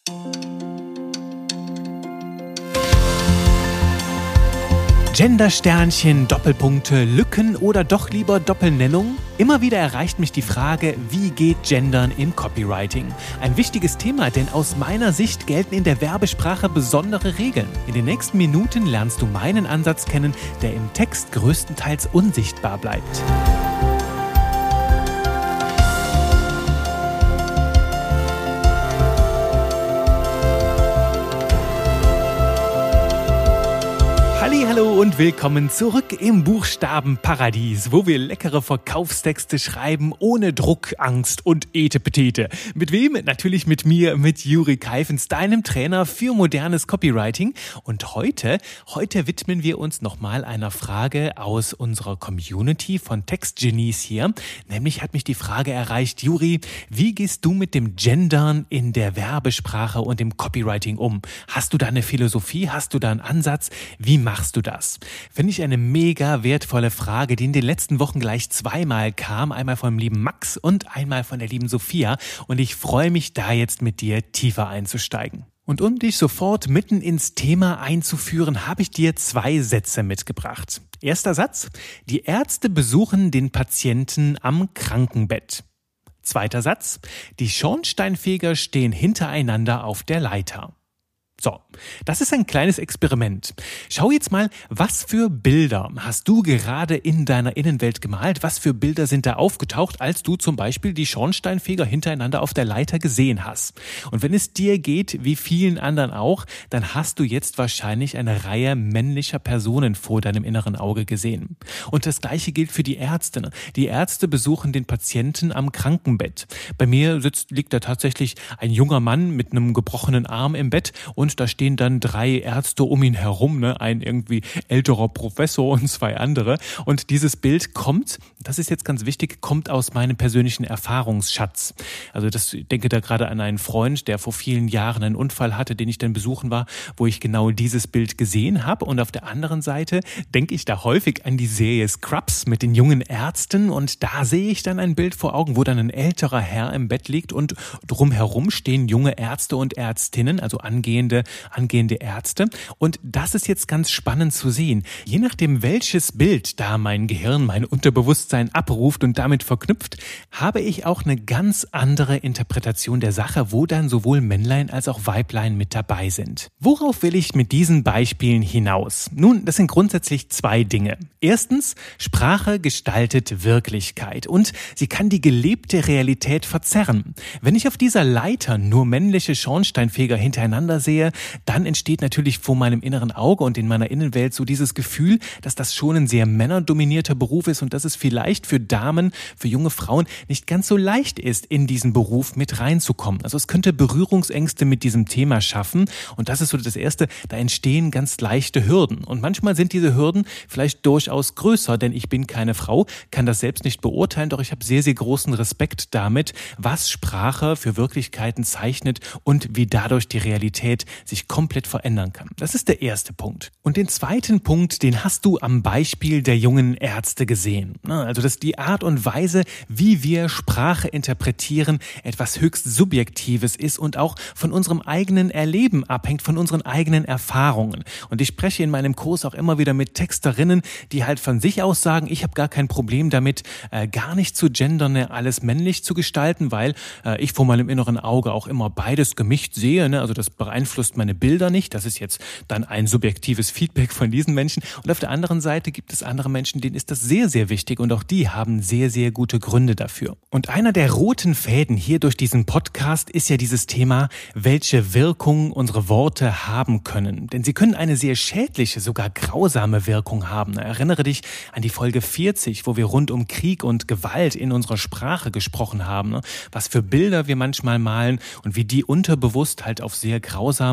Gendersternchen, Doppelpunkte, Lücken oder doch lieber Doppelnennung? Immer wieder erreicht mich die Frage, wie geht Gendern im Copywriting? Ein wichtiges Thema, denn aus meiner Sicht gelten in der Werbesprache besondere Regeln. In den nächsten Minuten lernst du meinen Ansatz kennen, der im Text größtenteils unsichtbar bleibt. Hallo und willkommen zurück im Buchstabenparadies, wo wir leckere Verkaufstexte schreiben ohne Druck, Angst und Etepetete. Mit wem? Natürlich mit mir, mit Juri Keifens, deinem Trainer für modernes Copywriting. Und heute widmen wir uns nochmal einer Frage aus unserer Community von Textgenies hier. Nämlich hat mich die Frage erreicht, Juri, wie gehst du mit dem Gendern in der Werbesprache und im Copywriting um? Hast du da eine Philosophie? Hast du da einen Ansatz? Wie machst du das? Finde ich eine mega wertvolle Frage, die in den letzten Wochen gleich zweimal kam. Einmal vom lieben Max und einmal von der lieben Sophia. Und ich freue mich da jetzt mit dir tiefer einzusteigen. Und um dich sofort mitten ins Thema einzuführen, habe ich dir 2 Sätze mitgebracht. Erster Satz: Die Ärzte besuchen den Patienten am Krankenbett. Zweiter Satz: Die Schornsteinfeger stehen hintereinander auf der Leiter. So, das ist ein kleines Experiment. Schau jetzt mal, was für Bilder hast du gerade in deiner Innenwelt gemalt? Was für Bilder sind da aufgetaucht, als du zum Beispiel die Schornsteinfeger hintereinander auf der Leiter gesehen hast? Und wenn es dir geht, wie vielen anderen auch, dann hast du jetzt wahrscheinlich eine Reihe männlicher Personen vor deinem inneren Auge gesehen. Und das Gleiche gilt für die Ärzte. Die Ärzte besuchen den Patienten am Krankenbett. Bei mir liegt da tatsächlich ein junger Mann mit einem gebrochenen Arm im Bett und da stehen dann 3 Ärzte um ihn herum, ein irgendwie älterer Professor und 2 andere. Und dieses Bild kommt, das ist jetzt ganz wichtig, kommt aus meinem persönlichen Erfahrungsschatz. Also ich denke da gerade an einen Freund, der vor vielen Jahren einen Unfall hatte, den ich dann besuchen war, wo ich genau dieses Bild gesehen habe. Und auf der anderen Seite denke ich da häufig an die Serie Scrubs mit den jungen Ärzten. Und da sehe ich dann ein Bild vor Augen, wo dann ein älterer Herr im Bett liegt und drumherum stehen junge Ärzte und Ärztinnen, also angehende Ärzte. Und das ist jetzt ganz spannend zu sehen. Je nachdem, welches Bild da mein Gehirn, mein Unterbewusstsein abruft und damit verknüpft, habe ich auch eine ganz andere Interpretation der Sache, wo dann sowohl Männlein als auch Weiblein mit dabei sind. Worauf will ich mit diesen Beispielen hinaus? Nun, das sind grundsätzlich 2 Dinge. Erstens, Sprache gestaltet Wirklichkeit und sie kann die gelebte Realität verzerren. Wenn ich auf dieser Leiter nur männliche Schornsteinfeger hintereinander sehe, dann entsteht natürlich vor meinem inneren Auge und in meiner Innenwelt so dieses Gefühl, dass das schon ein sehr männerdominierter Beruf ist und dass es vielleicht für Damen, für junge Frauen nicht ganz so leicht ist, in diesen Beruf mit reinzukommen. Also es könnte Berührungsängste mit diesem Thema schaffen und das ist so das Erste, da entstehen ganz leichte Hürden. Und manchmal sind diese Hürden vielleicht durchaus größer, denn ich bin keine Frau, kann das selbst nicht beurteilen, doch ich habe sehr, sehr großen Respekt damit, was Sprache für Wirklichkeiten zeichnet und wie dadurch die Realität sich komplett verändern kann. Das ist der erste Punkt. Und den zweiten Punkt, den hast du am Beispiel der jungen Ärzte gesehen. Also dass die Art und Weise, wie wir Sprache interpretieren, etwas höchst Subjektives ist und auch von unserem eigenen Erleben abhängt, von unseren eigenen Erfahrungen. Und ich spreche in meinem Kurs auch immer wieder mit Texterinnen, die halt von sich aus sagen, ich habe gar kein Problem damit, gar nicht zu gendern, alles männlich zu gestalten, weil ich vor meinem inneren Auge auch immer beides gemischt sehe. Also das beeinflusst meine Bilder nicht. Das ist jetzt dann ein subjektives Feedback von diesen Menschen. Und auf der anderen Seite gibt es andere Menschen, denen ist das sehr, sehr wichtig und auch die haben sehr, sehr gute Gründe dafür. Und einer der roten Fäden hier durch diesen Podcast ist ja dieses Thema, welche Wirkung unsere Worte haben können. Denn sie können eine sehr schädliche, sogar grausame Wirkung haben. Erinnere dich an die Folge 40, wo wir rund um Krieg und Gewalt in unserer Sprache gesprochen haben. Was für Bilder wir manchmal malen und wie die unterbewusst halt auf sehr grausame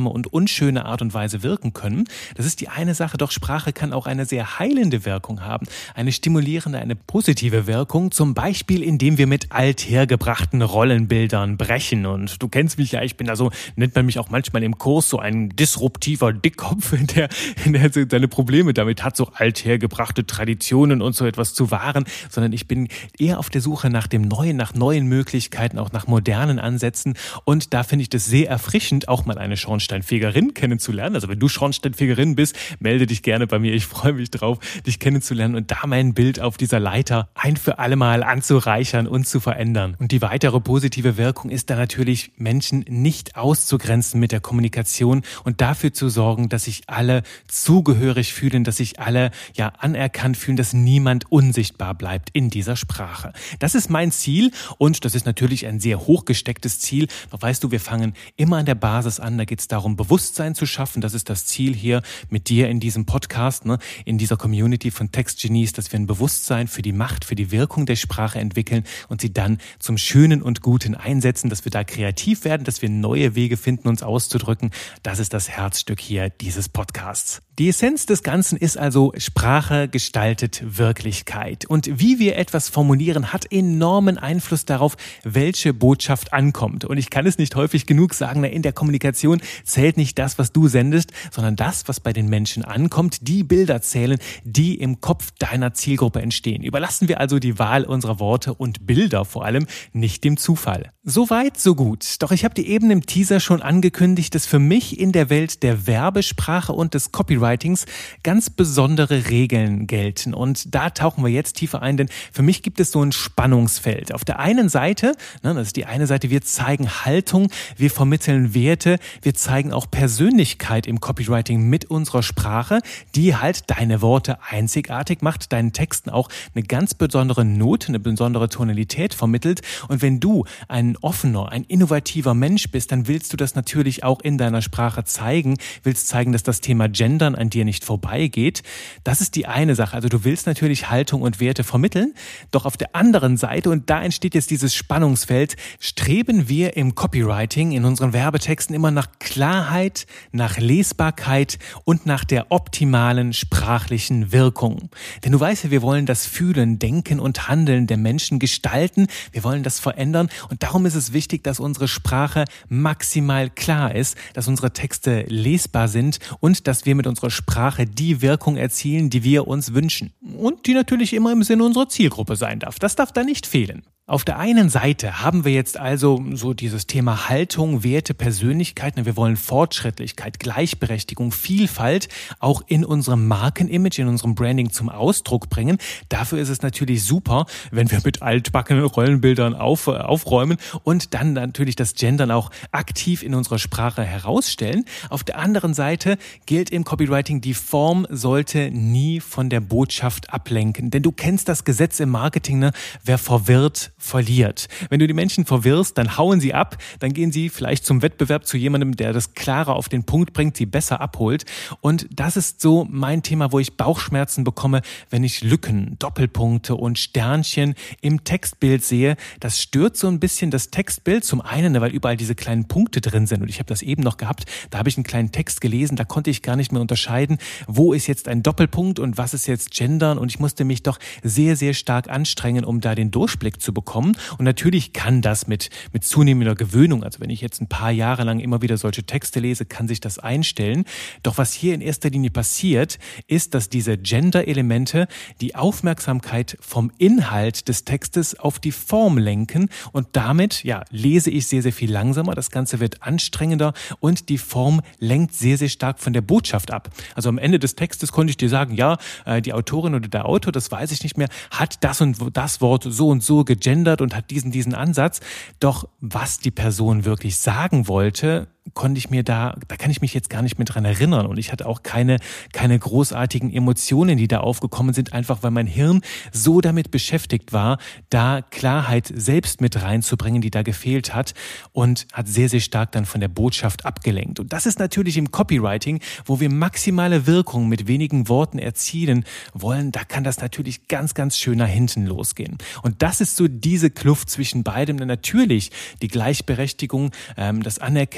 seltsame und unschöne Art und Weise wirken können. Das ist die eine Sache, doch Sprache kann auch eine sehr heilende Wirkung haben, eine stimulierende, eine positive Wirkung, zum Beispiel indem wir mit althergebrachten Rollenbildern brechen. Und du kennst mich ja, ich bin da so, nennt man mich auch manchmal im Kurs, so ein disruptiver Dickkopf, der seine Probleme damit hat, so althergebrachte Traditionen und so etwas zu wahren, sondern ich bin eher auf der Suche nach dem Neuen, nach neuen Möglichkeiten, auch nach modernen Ansätzen. Und da finde ich das sehr erfrischend, auch mal eine Schornsteinfegerin kennenzulernen. Also wenn du Schornsteinfegerin bist, melde dich gerne bei mir. Ich freue mich drauf, dich kennenzulernen und da mein Bild auf dieser Leiter ein für alle Mal anzureichern und zu verändern. Und die weitere positive Wirkung ist dann natürlich, Menschen nicht auszugrenzen mit der Kommunikation und dafür zu sorgen, dass sich alle zugehörig fühlen, dass sich alle anerkannt fühlen, dass niemand unsichtbar bleibt in dieser Sprache. Das ist mein Ziel und das ist natürlich ein sehr hochgestecktes Ziel. Doch weißt du, wir fangen immer an der Basis an. Da geht es darum, Bewusstsein zu schaffen. Das ist das Ziel hier mit dir in diesem Podcast, in dieser Community von Textgenies, dass wir ein Bewusstsein für die Macht, für die Wirkung der Sprache entwickeln und sie dann zum Schönen und Guten einsetzen, dass wir da kreativ werden, dass wir neue Wege finden, uns auszudrücken. Das ist das Herzstück hier dieses Podcasts. Die Essenz des Ganzen ist also, Sprache gestaltet Wirklichkeit. Und wie wir etwas formulieren, hat enormen Einfluss darauf, welche Botschaft ankommt. Und ich kann es nicht häufig genug sagen, in der Kommunikation zählt nicht das, was du sendest, sondern das, was bei den Menschen ankommt. Die Bilder zählen, die im Kopf deiner Zielgruppe entstehen. Überlassen wir also die Wahl unserer Worte und Bilder vor allem nicht dem Zufall. Soweit, so gut. Doch ich habe dir eben im Teaser schon angekündigt, dass für mich in der Welt der Werbesprache und des Copywritings ganz besondere Regeln gelten. Und da tauchen wir jetzt tiefer ein, denn für mich gibt es so ein Spannungsfeld. Auf der einen Seite, das ist die eine Seite, wir zeigen Haltung, wir vermitteln Werte, wir zeigen auch Persönlichkeit im Copywriting mit unserer Sprache, die halt deine Worte einzigartig macht, deinen Texten auch eine ganz besondere Note, eine besondere Tonalität vermittelt. Und wenn du ein offener, ein innovativer Mensch bist, dann willst du das natürlich auch in deiner Sprache zeigen, willst zeigen, dass das Thema Gendern an dir nicht vorbeigeht. Das ist die eine Sache. Also du willst natürlich Haltung und Werte vermitteln, doch auf der anderen Seite, und da entsteht jetzt dieses Spannungsfeld, streben wir im Copywriting, in unseren Werbetexten immer nach Klarheit, nach Lesbarkeit und nach der optimalen sprachlichen Wirkung. Denn du weißt ja, wir wollen das Fühlen, Denken und Handeln der Menschen gestalten, wir wollen das verändern und darum ist es wichtig, dass unsere Sprache maximal klar ist, dass unsere Texte lesbar sind und dass wir mit unserer Sprache die Wirkung erzielen, die wir uns wünschen. Und die natürlich immer im Sinne unserer Zielgruppe sein darf. Das darf da nicht fehlen. Auf der einen Seite haben wir jetzt also so dieses Thema Haltung, Werte, Persönlichkeiten. Wir wollen Fortschrittlichkeit, Gleichberechtigung, Vielfalt auch in unserem Markenimage, in unserem Branding zum Ausdruck bringen. Dafür ist es natürlich super, wenn wir mit altbackenen Rollenbildern aufräumen und dann natürlich das Gendern auch aktiv in unserer Sprache herausstellen. Auf der anderen Seite gilt im Copywriting, die Form sollte nie von der Botschaft ablenken. Denn du kennst das Gesetz im Marketing, wer verwirrt, verliert. Wenn du die Menschen verwirrst, dann hauen sie ab, dann gehen sie vielleicht zum Wettbewerb zu jemandem, der das klarer auf den Punkt bringt, sie besser abholt. Und das ist so mein Thema, wo ich Bauchschmerzen bekomme, wenn ich Lücken, Doppelpunkte und Sternchen im Textbild sehe. Das stört so ein bisschen das Textbild. Zum einen, weil überall diese kleinen Punkte drin sind. Und ich habe das eben noch gehabt, da habe ich einen kleinen Text gelesen, da konnte ich gar nicht mehr unterscheiden, wo ist jetzt ein Doppelpunkt und was ist jetzt Gendern. Und ich musste mich doch sehr, sehr stark anstrengen, um da den Durchblick zu bekommen. Und natürlich kann das mit zunehmender Gewöhnung, also wenn ich jetzt ein paar Jahre lang immer wieder solche Texte lese, kann sich das einstellen. Doch was hier in erster Linie passiert, ist, dass diese Gender-Elemente die Aufmerksamkeit vom Inhalt des Textes auf die Form lenken und damit, lese ich sehr, sehr viel langsamer. Das Ganze wird anstrengender und die Form lenkt sehr, sehr stark von der Botschaft ab. Also am Ende des Textes konnte ich dir sagen, die Autorin oder der Autor, das weiß ich nicht mehr, hat das und das Wort so und so gegendert und hat diesen Ansatz. Doch was die Person wirklich sagen wollte, kann ich mich jetzt gar nicht mehr dran erinnern und ich hatte auch keine großartigen Emotionen, die da aufgekommen sind, einfach weil mein Hirn so damit beschäftigt war, da Klarheit selbst mit reinzubringen, die da gefehlt hat und hat sehr, sehr stark dann von der Botschaft abgelenkt. Und das ist natürlich im Copywriting, wo wir maximale Wirkung mit wenigen Worten erzielen wollen, da kann das natürlich ganz, ganz schön nach hinten losgehen. Und das ist so diese Kluft zwischen beidem. Natürlich die Gleichberechtigung, das Anerkennen aller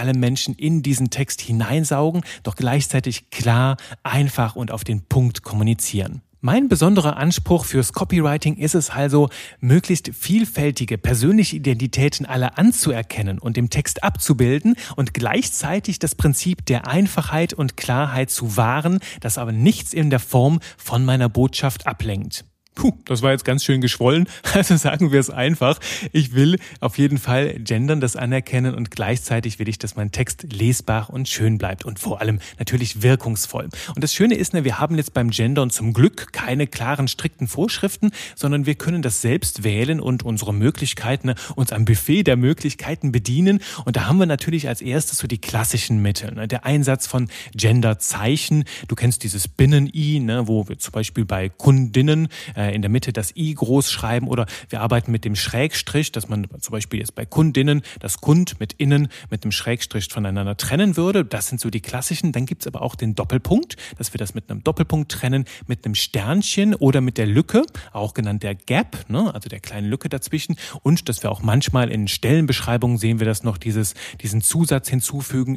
alle Menschen in diesen Text hineinsaugen, doch gleichzeitig klar, einfach und auf den Punkt kommunizieren. Mein besonderer Anspruch fürs Copywriting ist es also, möglichst vielfältige persönliche Identitäten aller anzuerkennen und im Text abzubilden und gleichzeitig das Prinzip der Einfachheit und Klarheit zu wahren, das aber nichts in der Form von meiner Botschaft ablenkt. Das war jetzt ganz schön geschwollen, also sagen wir es einfach. Ich will auf jeden Fall gendern, das anerkennen und gleichzeitig will ich, dass mein Text lesbar und schön bleibt und vor allem natürlich wirkungsvoll. Und das Schöne ist, wir haben jetzt beim Gendern zum Glück keine klaren, strikten Vorschriften, sondern wir können das selbst wählen und unsere Möglichkeiten, uns am Buffet der Möglichkeiten bedienen. Und da haben wir natürlich als erstes so die klassischen Mittel. Der Einsatz von Genderzeichen. Du kennst dieses Binnen-I, wo wir zum Beispiel bei Kundinnen in der Mitte das I groß schreiben, oder wir arbeiten mit dem Schrägstrich, dass man zum Beispiel jetzt bei Kundinnen das Kund mit Innen mit einem Schrägstrich voneinander trennen würde. Das sind so die klassischen. Dann gibt's aber auch den Doppelpunkt, dass wir das mit einem Doppelpunkt trennen, mit einem Sternchen oder mit der Lücke, auch genannt der Gap, also der kleinen Lücke dazwischen. Und dass wir auch manchmal in Stellenbeschreibungen sehen wir das noch, diesen Zusatz hinzufügen,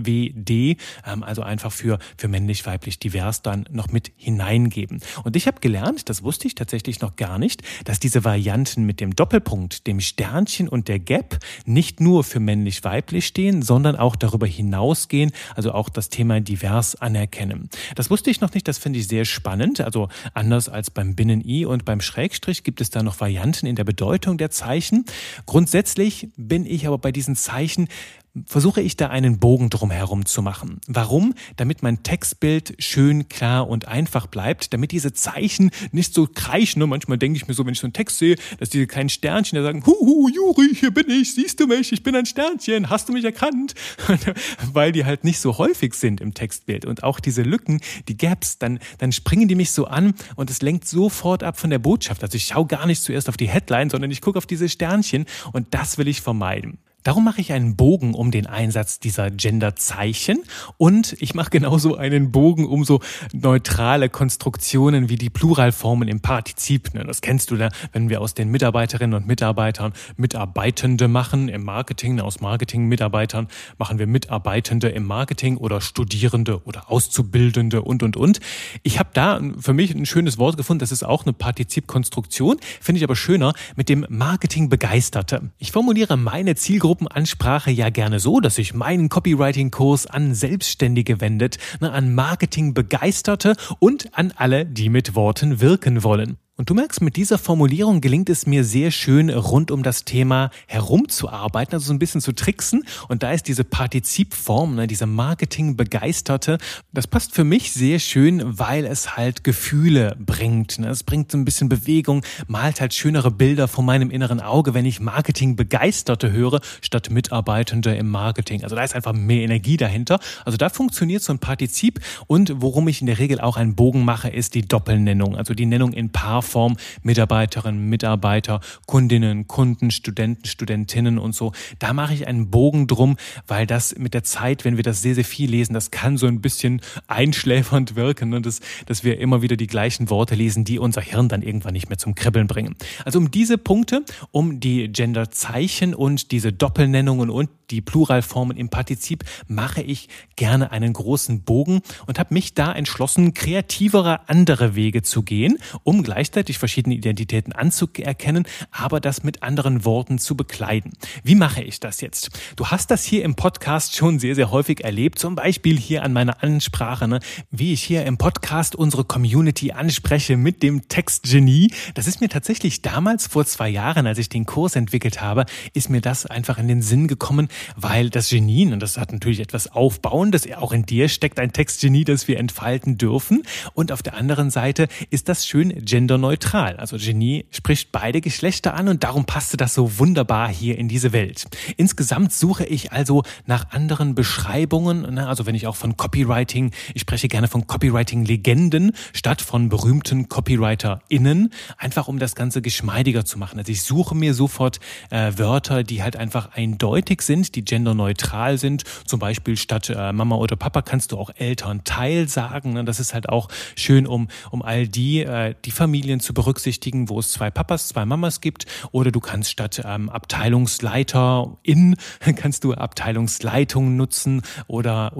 MWD, also einfach für männlich, weiblich, divers dann noch mit hineingeben. Und ich habe gelernt, das wusste ich tatsächlich noch gar nicht, dass diese Varianten mit dem Doppelpunkt, dem Sternchen und der Gap nicht nur für männlich-weiblich stehen, sondern auch darüber hinausgehen, also auch das Thema divers anerkennen. Das wusste ich noch nicht, das finde ich sehr spannend. Also anders als beim Binnen-I und beim Schrägstrich gibt es da noch Varianten in der Bedeutung der Zeichen. Grundsätzlich bin ich aber bei diesen Zeichen versuche ich da einen Bogen drum herum zu machen. Warum? Damit mein Textbild schön, klar und einfach bleibt, damit diese Zeichen nicht so kreischen. Manchmal denke ich mir so, wenn ich so einen Text sehe, dass diese kleinen Sternchen da sagen, Huhu, Juri, hier bin ich, siehst du mich, ich bin ein Sternchen, hast du mich erkannt? Weil die halt nicht so häufig sind im Textbild. Und auch diese Lücken, die Gaps, dann springen die mich so an und es lenkt sofort ab von der Botschaft. Also ich schaue gar nicht zuerst auf die Headline, sondern ich gucke auf diese Sternchen und das will ich vermeiden. Darum mache ich einen Bogen um den Einsatz dieser Genderzeichen und ich mache genauso einen Bogen um so neutrale Konstruktionen wie die Pluralformen im Partizip. Das kennst du da, wenn wir aus den Mitarbeiterinnen und Mitarbeitern Mitarbeitende machen im Marketing. Aus Marketing-Mitarbeitern machen wir Mitarbeitende im Marketing oder Studierende oder Auszubildende und. Ich habe da für mich ein schönes Wort gefunden, das ist auch eine Partizipkonstruktion, finde ich aber schöner, mit dem Marketing-Begeisterte. Ich formuliere meine Zielgruppe Ansprache ja gerne so, dass sich mein Copywriting-Kurs an Selbstständige wendet, an Marketing-Begeisterte und an alle, die mit Worten wirken wollen. Und du merkst, mit dieser Formulierung gelingt es mir sehr schön, rund um das Thema herumzuarbeiten, also so ein bisschen zu tricksen. Und da ist diese Partizipform, diese Marketing-Begeisterte, das passt für mich sehr schön, weil es halt Gefühle bringt. Es bringt so ein bisschen Bewegung, malt halt schönere Bilder vor meinem inneren Auge, wenn ich Marketing-Begeisterte höre, statt Mitarbeitende im Marketing. Also da ist einfach mehr Energie dahinter. Also da funktioniert so ein Partizip. Und worum ich in der Regel auch einen Bogen mache, ist die Doppelnennung, also die Nennung in Paarform. Mitarbeiterinnen, Mitarbeiter, Kundinnen, Kunden, Studenten, Studentinnen und so. Da mache ich einen Bogen drum, weil das mit der Zeit, wenn wir das sehr, sehr viel lesen, das kann so ein bisschen einschläfernd wirken und dass wir immer wieder die gleichen Worte lesen, die unser Hirn dann irgendwann nicht mehr zum Kribbeln bringen. Also um diese Punkte, um die Genderzeichen und diese Doppelnennungen und die Pluralformen im Partizip mache ich gerne einen großen Bogen und habe mich da entschlossen, kreativere andere Wege zu gehen, um gleichzeitig verschiedene Identitäten anzuerkennen, aber das mit anderen Worten zu bekleiden. Wie mache ich das jetzt? Du hast das hier im Podcast schon sehr, sehr häufig erlebt, zum Beispiel hier an meiner Ansprache, wie ich hier im Podcast unsere Community anspreche mit dem Textgenie. Das ist mir tatsächlich damals vor 2 Jahren, als ich den Kurs entwickelt habe, ist mir das einfach in den Sinn gekommen, weil das Genie, und das hat natürlich etwas Aufbauendes, auch in dir steckt ein Textgenie, das wir entfalten dürfen. Und auf der anderen Seite ist das schön genderneutral. Also Genie spricht beide Geschlechter an und darum passte das so wunderbar hier in diese Welt. Insgesamt suche ich also nach anderen Beschreibungen, also wenn ich auch von Copywriting, ich spreche gerne von Copywriting-Legenden statt von berühmten CopywriterInnen, einfach um das Ganze geschmeidiger zu machen. Also ich suche mir sofort Wörter, die halt einfach eindeutig sind, die genderneutral sind. Zum Beispiel statt Mama oder Papa kannst du auch Elternteil sagen. Das ist halt auch schön, um all die Familien Familien zu berücksichtigen, wo es 2 Papas, 2 Mamas gibt, oder du kannst statt Abteilungsleiterin kannst du Abteilungsleitung nutzen oder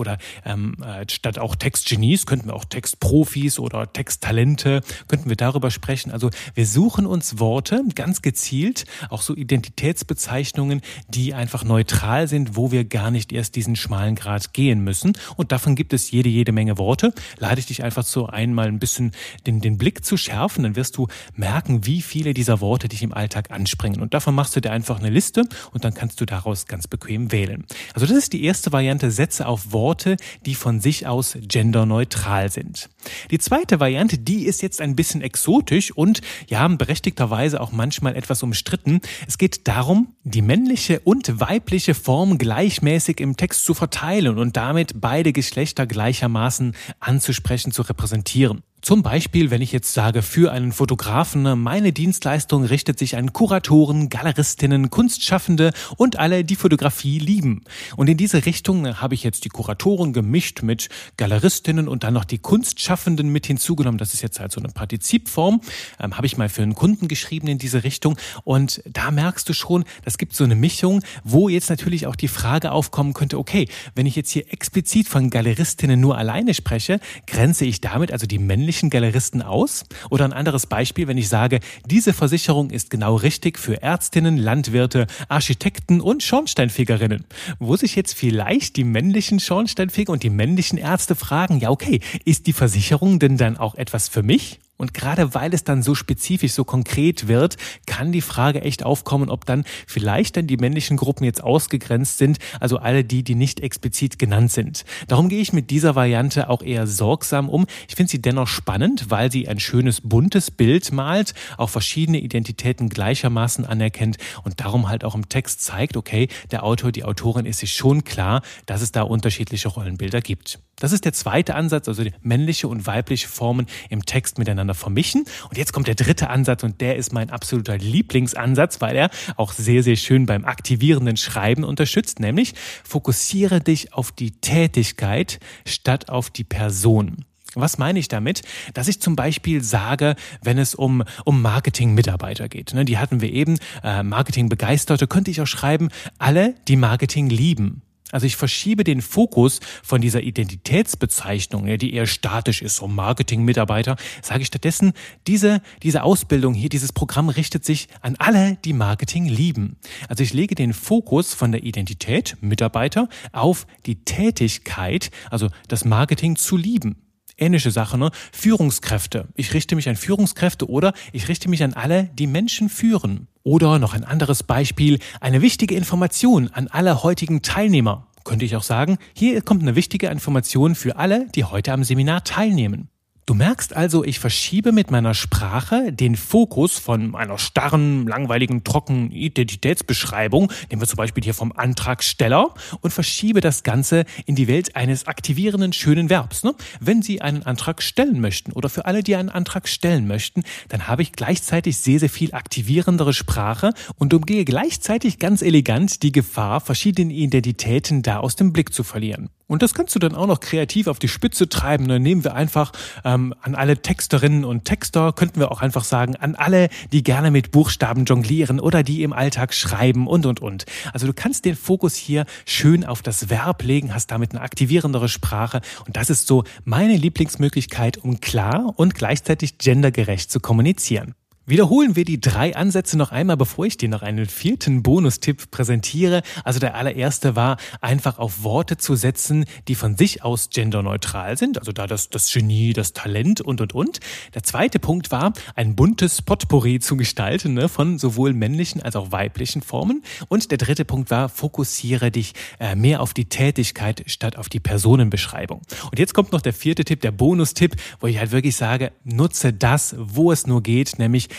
statt auch Textgenies könnten wir auch Textprofis oder Texttalente, könnten wir darüber sprechen. Also wir suchen uns Worte ganz gezielt, auch so Identitätsbezeichnungen, die einfach neutral sind, wo wir gar nicht erst diesen schmalen Grat gehen müssen. Und davon gibt es jede Menge Worte. Lade ich dich einfach so ein, mal ein bisschen den Blick zu schärfen, dann wirst du merken, wie viele dieser Worte dich im Alltag anspringen. Und davon machst du dir einfach eine Liste und dann kannst du daraus ganz bequem wählen. Also das ist die erste Variante, setze auf Worte, die von sich aus genderneutral sind. Die zweite Variante, die ist jetzt ein bisschen exotisch und ja, berechtigterweise auch manchmal etwas umstritten. Es geht darum, die männliche und weibliche Form gleichmäßig im Text zu verteilen und damit beide Geschlechter gleichermaßen anzusprechen, zu repräsentieren. Zum Beispiel, wenn ich jetzt sage, für einen Fotografen, meine Dienstleistung richtet sich an Kuratoren, Galeristinnen, Kunstschaffende und alle, die Fotografie lieben. Und in diese Richtung habe ich jetzt die Kuratoren gemischt mit Galeristinnen und dann noch die Kunstschaffenden mit hinzugenommen. Das ist jetzt halt so eine Partizipform. Habe ich mal für einen Kunden geschrieben in diese Richtung. Und da merkst du schon, das gibt so eine Mischung, wo jetzt natürlich auch die Frage aufkommen könnte, okay, wenn ich jetzt hier explizit von Galeristinnen nur alleine spreche, grenze ich damit also die männlichen Galeristen aus? Oder ein anderes Beispiel, wenn ich sage, diese Versicherung ist genau richtig für Ärztinnen, Landwirte, Architekten und Schornsteinfegerinnen. Wo sich jetzt vielleicht die männlichen Schornsteinfeger und die männlichen Ärzte fragen, ja okay, ist die Versicherung denn dann auch etwas für mich? Und gerade weil es dann so spezifisch, so konkret wird, kann die Frage echt aufkommen, ob dann vielleicht dann die männlichen Gruppen jetzt ausgegrenzt sind, also alle die nicht explizit genannt sind. Darum gehe ich mit dieser Variante auch eher sorgsam um. Ich finde sie dennoch spannend, weil sie ein schönes, buntes Bild malt, auch verschiedene Identitäten gleichermaßen anerkennt und darum halt auch im Text zeigt, okay, der Autor, die Autorin ist sich schon klar, dass es da unterschiedliche Rollenbilder gibt. Das ist der zweite Ansatz, also die männliche und weibliche Formen im Text miteinander vermischen. Und jetzt kommt der dritte Ansatz und der ist mein absoluter Lieblingsansatz, weil er auch sehr, sehr schön beim aktivierenden Schreiben unterstützt, nämlich fokussiere dich auf die Tätigkeit statt auf die Person. Was meine ich damit? Dass ich zum Beispiel sage, wenn es um Marketing-Mitarbeiter geht, die hatten wir eben, Marketing-Begeisterte, könnte ich auch schreiben, alle, die Marketing lieben. Also ich verschiebe den Fokus von dieser Identitätsbezeichnung, die eher statisch ist, so Marketing-Mitarbeiter, sage ich stattdessen, diese Ausbildung hier, dieses Programm richtet sich an alle, die Marketing lieben. Also ich lege den Fokus von der Identität, Mitarbeiter, auf die Tätigkeit, also das Marketing zu lieben. Ähnliche Sache, Führungskräfte. Ich richte mich an Führungskräfte oder ich richte mich an alle, die Menschen führen. Oder noch ein anderes Beispiel, eine wichtige Information an alle heutigen Teilnehmer. Könnte ich auch sagen, hier kommt eine wichtige Information für alle, die heute am Seminar teilnehmen. Du merkst also, ich verschiebe mit meiner Sprache den Fokus von einer starren, langweiligen, trockenen Identitätsbeschreibung, nehmen wir zum Beispiel hier vom Antragsteller, und verschiebe das Ganze in die Welt eines aktivierenden, schönen Verbs. Wenn Sie einen Antrag stellen möchten oder für alle, die einen Antrag stellen möchten, dann habe ich gleichzeitig sehr, sehr viel aktivierendere Sprache und umgehe gleichzeitig ganz elegant die Gefahr, verschiedene Identitäten da aus dem Blick zu verlieren. Und das kannst du dann auch noch kreativ auf die Spitze treiben. Dann nehmen wir einfach an alle Texterinnen und Texter, könnten wir auch einfach sagen, an alle, die gerne mit Buchstaben jonglieren oder die im Alltag schreiben und. Also du kannst den Fokus hier schön auf das Verb legen, hast damit eine aktivierendere Sprache. Und das ist so meine Lieblingsmöglichkeit, um klar und gleichzeitig gendergerecht zu kommunizieren. Wiederholen wir die 3 Ansätze noch einmal, bevor ich dir noch einen 4. Bonustipp präsentiere. Also der allererste war, einfach auf Worte zu setzen, die von sich aus genderneutral sind. Also da das Genie, das Talent und. Der zweite Punkt war, ein buntes Potpourri zu gestalten, von sowohl männlichen als auch weiblichen Formen. Und der dritte Punkt war, fokussiere dich mehr auf die Tätigkeit statt auf die Personenbeschreibung. Und jetzt kommt noch der 4. Tipp, der Bonustipp, wo ich halt wirklich sage, nutze das, wo es nur geht, nämlich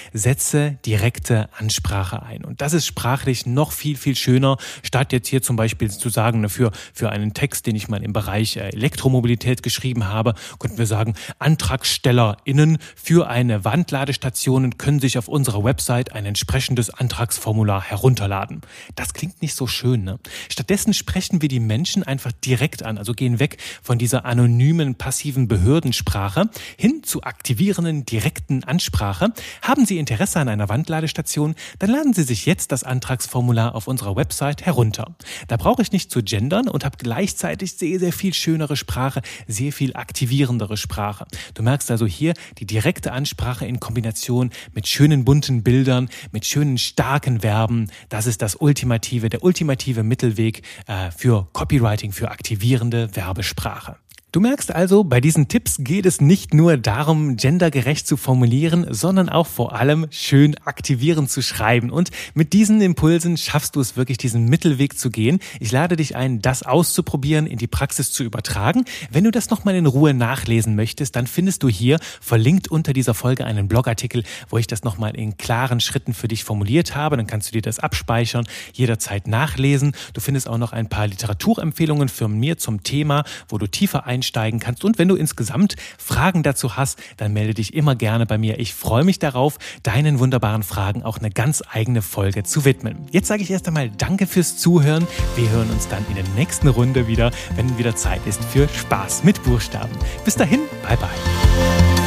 setze direkte Ansprache ein. Und das ist sprachlich noch viel, viel schöner, statt jetzt hier zum Beispiel zu sagen, für einen Text, den ich mal im Bereich Elektromobilität geschrieben habe, könnten wir sagen, AntragstellerInnen für eine Wandladestation können sich auf unserer Website ein entsprechendes Antragsformular herunterladen. Das klingt nicht so schön, ne? Stattdessen sprechen wir die Menschen einfach direkt an, also gehen weg von dieser anonymen, passiven Behördensprache hin zu aktivierenden, direkten Ansprache. Haben Sie Interesse an einer Wandladestation? Dann laden Sie sich jetzt das Antragsformular auf unserer Website herunter. Da brauche ich nicht zu gendern und habe gleichzeitig sehr, sehr viel schönere Sprache, sehr viel aktivierendere Sprache. Du merkst also hier die direkte Ansprache in Kombination mit schönen bunten Bildern, mit schönen starken Verben. Das ist der ultimative Mittelweg für Copywriting, für aktivierende Werbesprache. Du merkst also, bei diesen Tipps geht es nicht nur darum, gendergerecht zu formulieren, sondern auch vor allem schön aktivierend zu schreiben. Und mit diesen Impulsen schaffst du es wirklich, diesen Mittelweg zu gehen. Ich lade dich ein, das auszuprobieren, in die Praxis zu übertragen. Wenn du das nochmal in Ruhe nachlesen möchtest, dann findest du hier verlinkt unter dieser Folge einen Blogartikel, wo ich das nochmal in klaren Schritten für dich formuliert habe. Dann kannst du dir das abspeichern, jederzeit nachlesen. Du findest auch noch ein paar Literaturempfehlungen von mir zum Thema, wo du tiefer einsteigen kannst. Und wenn du insgesamt Fragen dazu hast, dann melde dich immer gerne bei mir. Ich freue mich darauf, deinen wunderbaren Fragen auch eine ganz eigene Folge zu widmen. Jetzt sage ich erst einmal Danke fürs Zuhören. Wir hören uns dann in der nächsten Runde wieder, wenn wieder Zeit ist für Spaß mit Buchstaben. Bis dahin, bye bye.